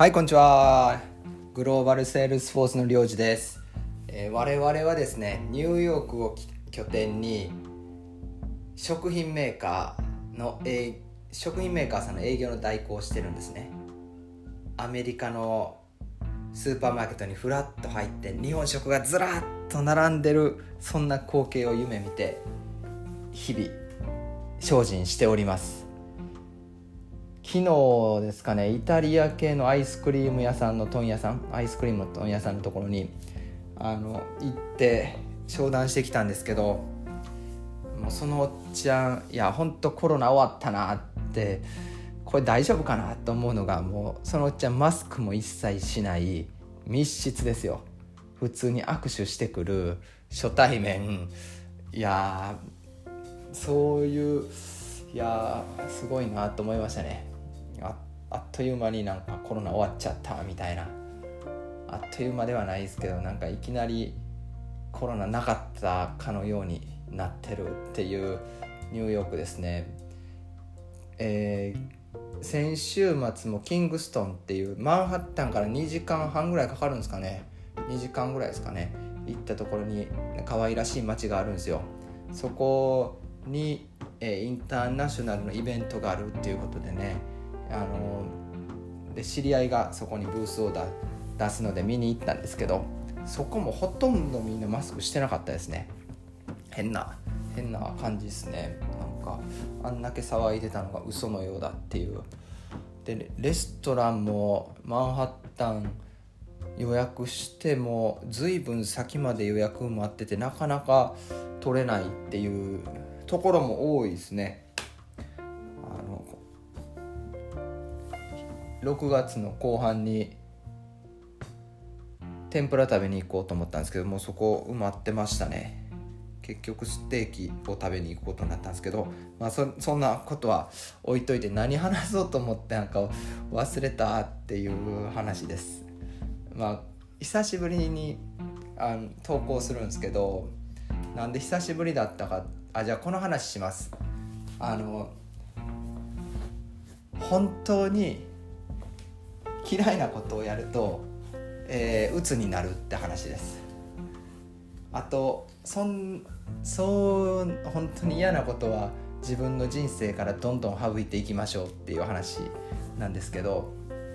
はい、こんにちは。グローバルセールスフォースのりょうじです。我々はですね、ニューヨークを拠点に食品メーカーさんの営業の代行をしてるんですね。アメリカのスーパーマーケットにフラッと入って日本食がずらっと並んでる、そんな光景を夢見て日々精進しております。昨日ですかね、イタリア系のアイスクリーム屋さんの問屋さん、アイスクリームの問屋さんのところに行って商談してきたんですけど、もうそのおっちゃん、いやほんとコロナ終わったなって、これ大丈夫かなと思うのが、もうそのおっちゃんマスクも一切しない密室ですよ。普通に握手してくる初対面、いやそういう、いやすごいなと思いましたね。あっという間になんかコロナ終わっちゃったみたいな、あっという間ではないですけど、なんかいきなりコロナなかったかのようになってるっていうニューヨークですね。先週末もキングストンっていうマンハッタンから2時間半ぐらいかかるんですかね、2時間ぐらいですかね、行ったところに可愛らしい街があるんですよ。そこに、インターナショナルのイベントがあるっていうことでね、で知り合いがそこにブースを出すので見に行ったんですけど、そこもほとんどみんなマスクしてなかったですね。変な感じですね。なんかあんだけ騒いでたのが嘘のようだっていう。でレストランもマンハッタン予約しても随分先まで予約待ってて、なかなか取れないっていうところも多いですね。6月の後半に天ぷら食べに行こうと思ったんですけど、もうそこ埋まってましたね。結局ステーキを食べに行くことになったんですけど、そんなことは置いといて、何話そうと思ってなんか忘れたっていう話です。久しぶりに投稿するんですけど、なんで久しぶりだったか、じゃあこの話します。本当に嫌いなことをやると、鬱になるって話です。あと本当に嫌なことは自分の人生からどんどん省いていきましょうっていう話なんですけど、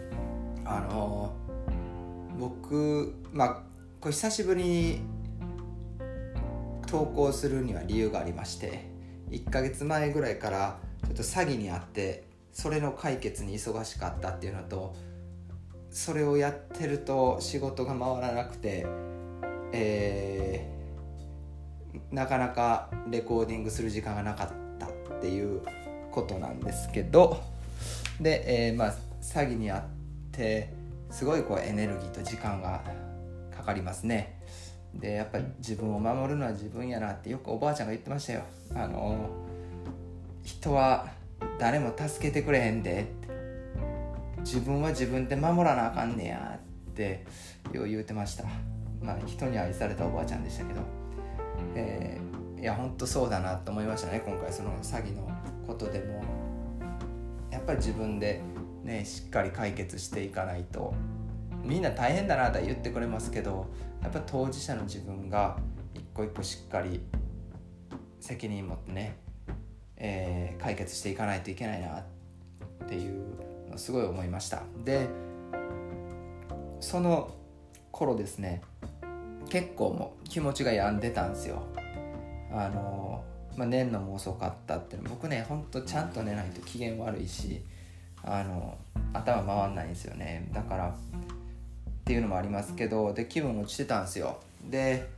僕これ久しぶりに投稿するには理由がありまして、1ヶ月前ぐらいからちょっと詐欺にあって、それの解決に忙しかったっていうのと、それをやってると仕事が回らなくて、なかなかレコーディングする時間がなかったっていうことなんですけど、で、詐欺にあってすごいエネルギーと時間がかかりますね。でやっぱり自分を守るのは自分やなってよくおばあちゃんが言ってましたよ。人は誰も助けてくれへんで、自分は自分で守らなあかんねやってよう言うてました。人に愛されたおばあちゃんでしたけど、いや本当そうだなと思いましたね。今回その詐欺のことでもやっぱり自分でね、しっかり解決していかないと。みんな大変だなとは言ってくれますけど、やっぱ当事者の自分が一個一個しっかり責任持ってね、解決していかないといけないなっていうのをすごい思いました。でその頃ですね、結構もう気持ちが病んでたんですよ。寝るのも遅かったっていうの、僕ねほんとちゃんと寝ないと機嫌悪いし、頭回んないんですよね。だからっていうのもありますけど、で気分落ちてたんですよ。で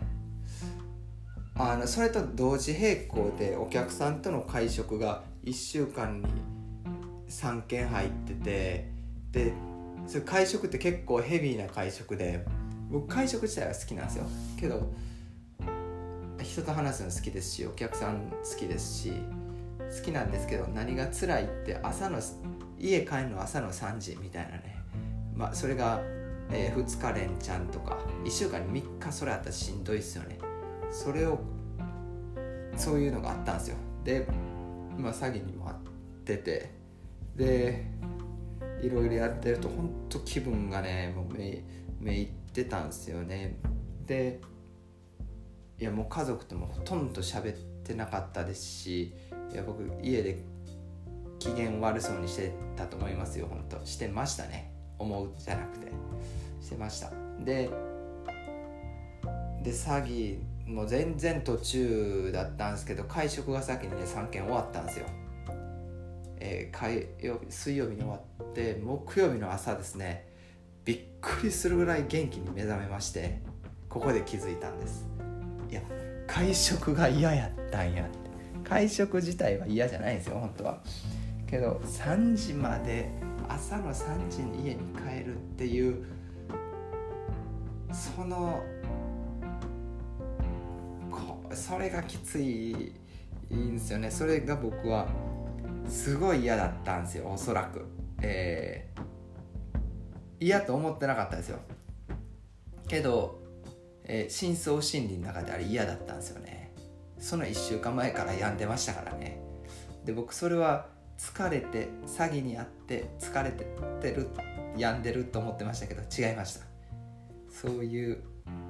それと同時並行でお客さんとの会食が1週間に3件入ってて、でそれ会食って結構ヘビーな会食で、僕会食自体は好きなんですよ。けど人と話すの好きですし、お客さん好きですし、好きなんですけど、何が辛いって家帰るの朝の3時みたいなね。それが、2日連チャンとか1週間に3日それあったらしんどいっすよね。そういうのがあったんですよ。で詐欺にもあってて、でいろいろやってると本当気分がねもうめいってたんですよね。でいやもう家族ともほとんど喋ってなかったですし、いや僕家で機嫌悪そうにしてたと思いますよ。本当してましたね。思うじゃなくてしてました。で詐欺も全然途中だったんですけど、会食が先にね3件終わったんですよ。水曜日に終わって木曜日の朝ですね、びっくりするぐらい元気に目覚めまして、ここで気づいたんです。いや会食が嫌やったんやって。会食自体は嫌じゃないんですよ本当は。けど3時まで朝の3時に家に帰るっていうそれがきついんですよね。それが僕はすごい嫌だったんですよ。おそらく、嫌と思ってなかったですよけど、深層心理の中であれ嫌だったんですよね。その1週間前から病んでましたからね。で僕それは疲れて詐欺にあって疲れてる病んでると思ってましたけど違いました。そういう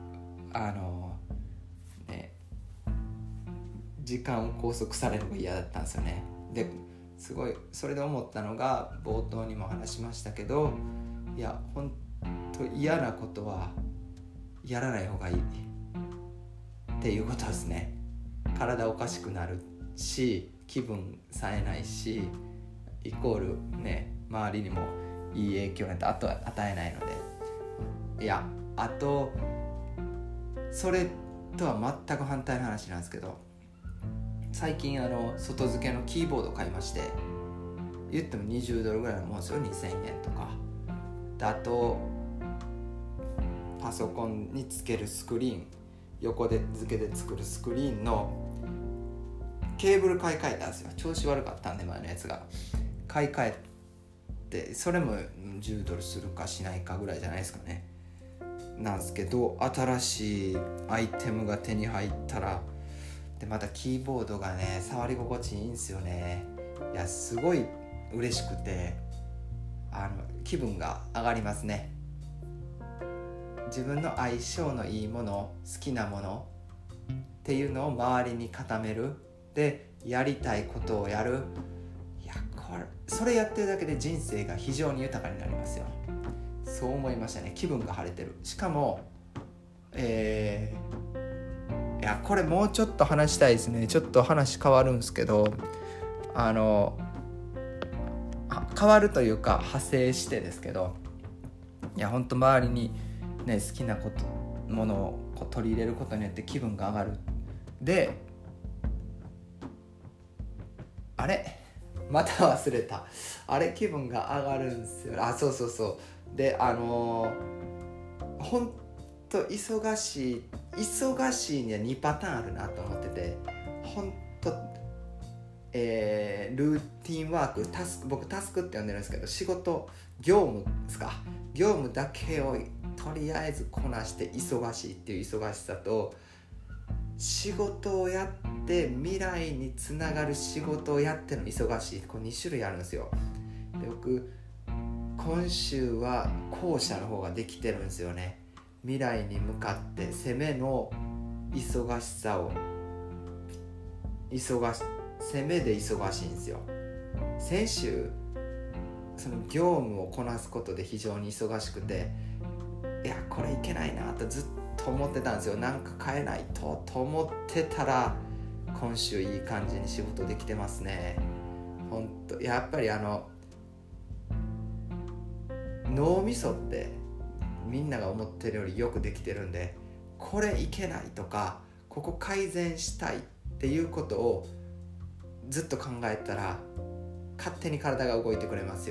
時間を拘束されるのが嫌だったんですよね。ですごいそれで思ったのが冒頭にも話しましたけど、いや本当嫌なことはやらない方がいいっていうことですね。体おかしくなるし気分冴えないしイコールね周りにもいい影響なんて与えないので、いやあとそれとは全く反対の話なんですけど、最近外付けのキーボードを買いまして、言っても$20ぐらいのもんですよ。2000円とかで、あとパソコンにつけるスクリーン、横で付けで作るスクリーンのケーブル買い替えたんですよ。調子悪かったんで前のやつが買い替えて、それも$10するかしないかぐらいじゃないですかね。なんですけど新しいアイテムが手に入ったらでまたキーボードがね触り心地いいんですよね。いやすごい嬉しくて気分が上がりますね。自分の相性のいいもの、好きなものっていうのを周りに固める、でやりたいことをやる。いやそれやってるだけで人生が非常に豊かになりますよ。そう思いましたね。気分が晴れてる。しかもいやこれもうちょっと話したいですね。ちょっと話変わるんですけど変わるというか派生してですけど、いや本当周りにね好きなものを取り入れることによって気分が上がる。であれまた忘れた。気分が上がるんですよ。そうでほんと忙しいには2パターンあるなと思ってて、ほんとルーティンワーク、僕タスクって呼んでるんですけど、業務ですか。業務だけをとりあえずこなして忙しいっていう忙しさと、仕事をやって未来につながる仕事をやっての忙しい、これ2種類あるんですよ。で僕今週は後者の方ができてるんですよね。未来に向かって攻めの忙しさを攻めで忙しいんですよ。先週その業務をこなすことで非常に忙しくて、いやこれいけないなとずっと思ってたんですよ。なんか変えないと思ってたら今週いい感じに仕事できてますね。ほんとやっぱり脳みそってみんなが思ってるよりよくできてるんで、これいけないとかここ改善したいっていうことをずっと考えたら勝手に体が動いてくれますよ。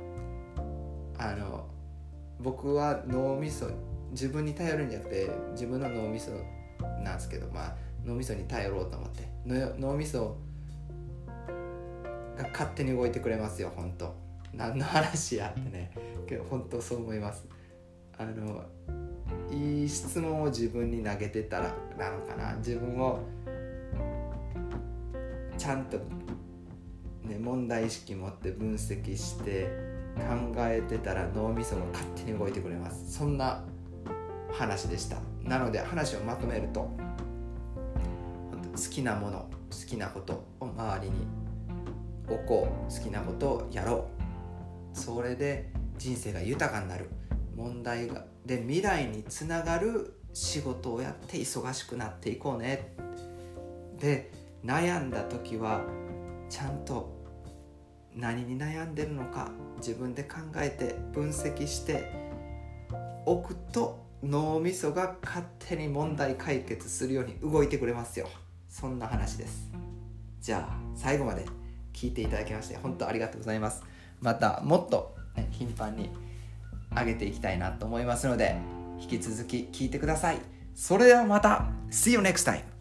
僕は脳みそ、自分に頼るんじゃなくて自分の脳みそなんですけど、脳みそに頼ろうと思って脳みそが勝手に動いてくれますよ。本当何の話やってね、けど本当そう思います。いい質問を自分に投げてたらなのかな、自分をちゃんとね問題意識持って分析してえてたら脳みそが勝手に動いてくれます。そんな話でした。なので話をまとめると、好きなもの、好きなことを周りに置こう、好きなことをやろう、それで人生が豊かになる、問題がで未来につながる仕事をやって忙しくなっていこうね。で悩んだ時はちゃんと何に悩んでるのか自分で考えて分析しておくと、脳みそが勝手に問題解決するように動いてくれますよ。そんな話です。じゃあ最後まで聞いていただきまして本当ありがとうございます。またもっと、頻繁に上げていきたいなと思いますので、引き続き聞いてください。それではまた See you next time!